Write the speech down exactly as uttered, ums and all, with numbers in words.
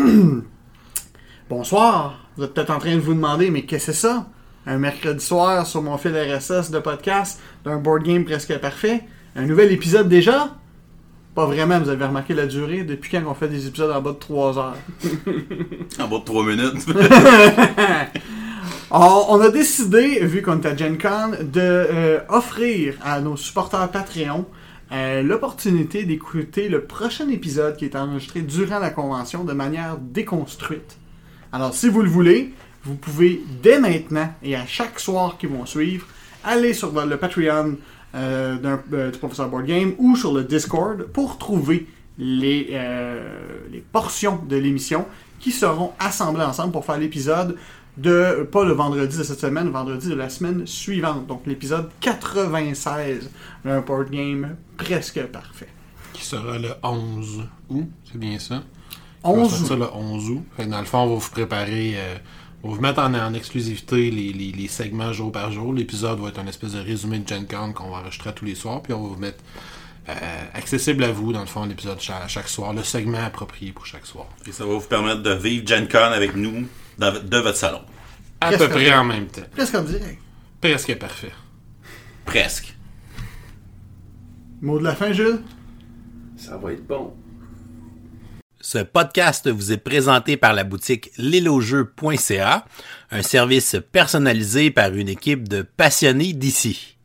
Bonsoir. Vous êtes peut-être en train de vous demander, mais qu'est-ce que c'est ça? Un mercredi soir sur mon fil R S S de podcast d'un board game presque parfait. Un nouvel épisode déjà? Pas vraiment, vous avez remarqué la durée. Depuis quand on fait des épisodes en bas de trois heures? En bas de trois minutes. Alors, on a décidé, vu qu'on est à Gen Con, de euh, offrir à nos supporters Patreon euh, l'opportunité d'écouter le prochain épisode qui est enregistré durant la convention de manière déconstruite. Alors, si vous le voulez, vous pouvez dès maintenant et à chaque soir qui vont suivre, aller sur le Patreon euh, d'un, euh, du Professeur Board Game ou sur le Discord pour trouver les, euh, les portions de l'émission qui seront assemblées ensemble pour faire l'épisode de, pas le vendredi de cette semaine, le vendredi de la semaine suivante. Donc l'épisode quatre-vingt-seize d'un board game presque parfait. Qui sera le onze août, c'est bien ça? onze août. Ça le onze août. Fait que dans le fond, on va vous préparer, euh, on va vous mettre en, en exclusivité les, les, les segments jour par jour. L'épisode va être un espèce de résumé de Gen Con qu'on va enregistrer tous les soirs, puis on va vous mettre euh, accessible à vous, dans le fond, l'épisode chaque, chaque soir, le segment approprié pour chaque soir. Et ça va vous permettre de vivre Gen Con avec nous dans, de votre salon. À Presque peu près en même temps. Presque en direct. Presque parfait. Presque. Mot de la fin, Jules? Ça va être bon. Ce podcast vous est présenté par la boutique lilojeux point c a, un service personnalisé par une équipe de passionnés d'ici.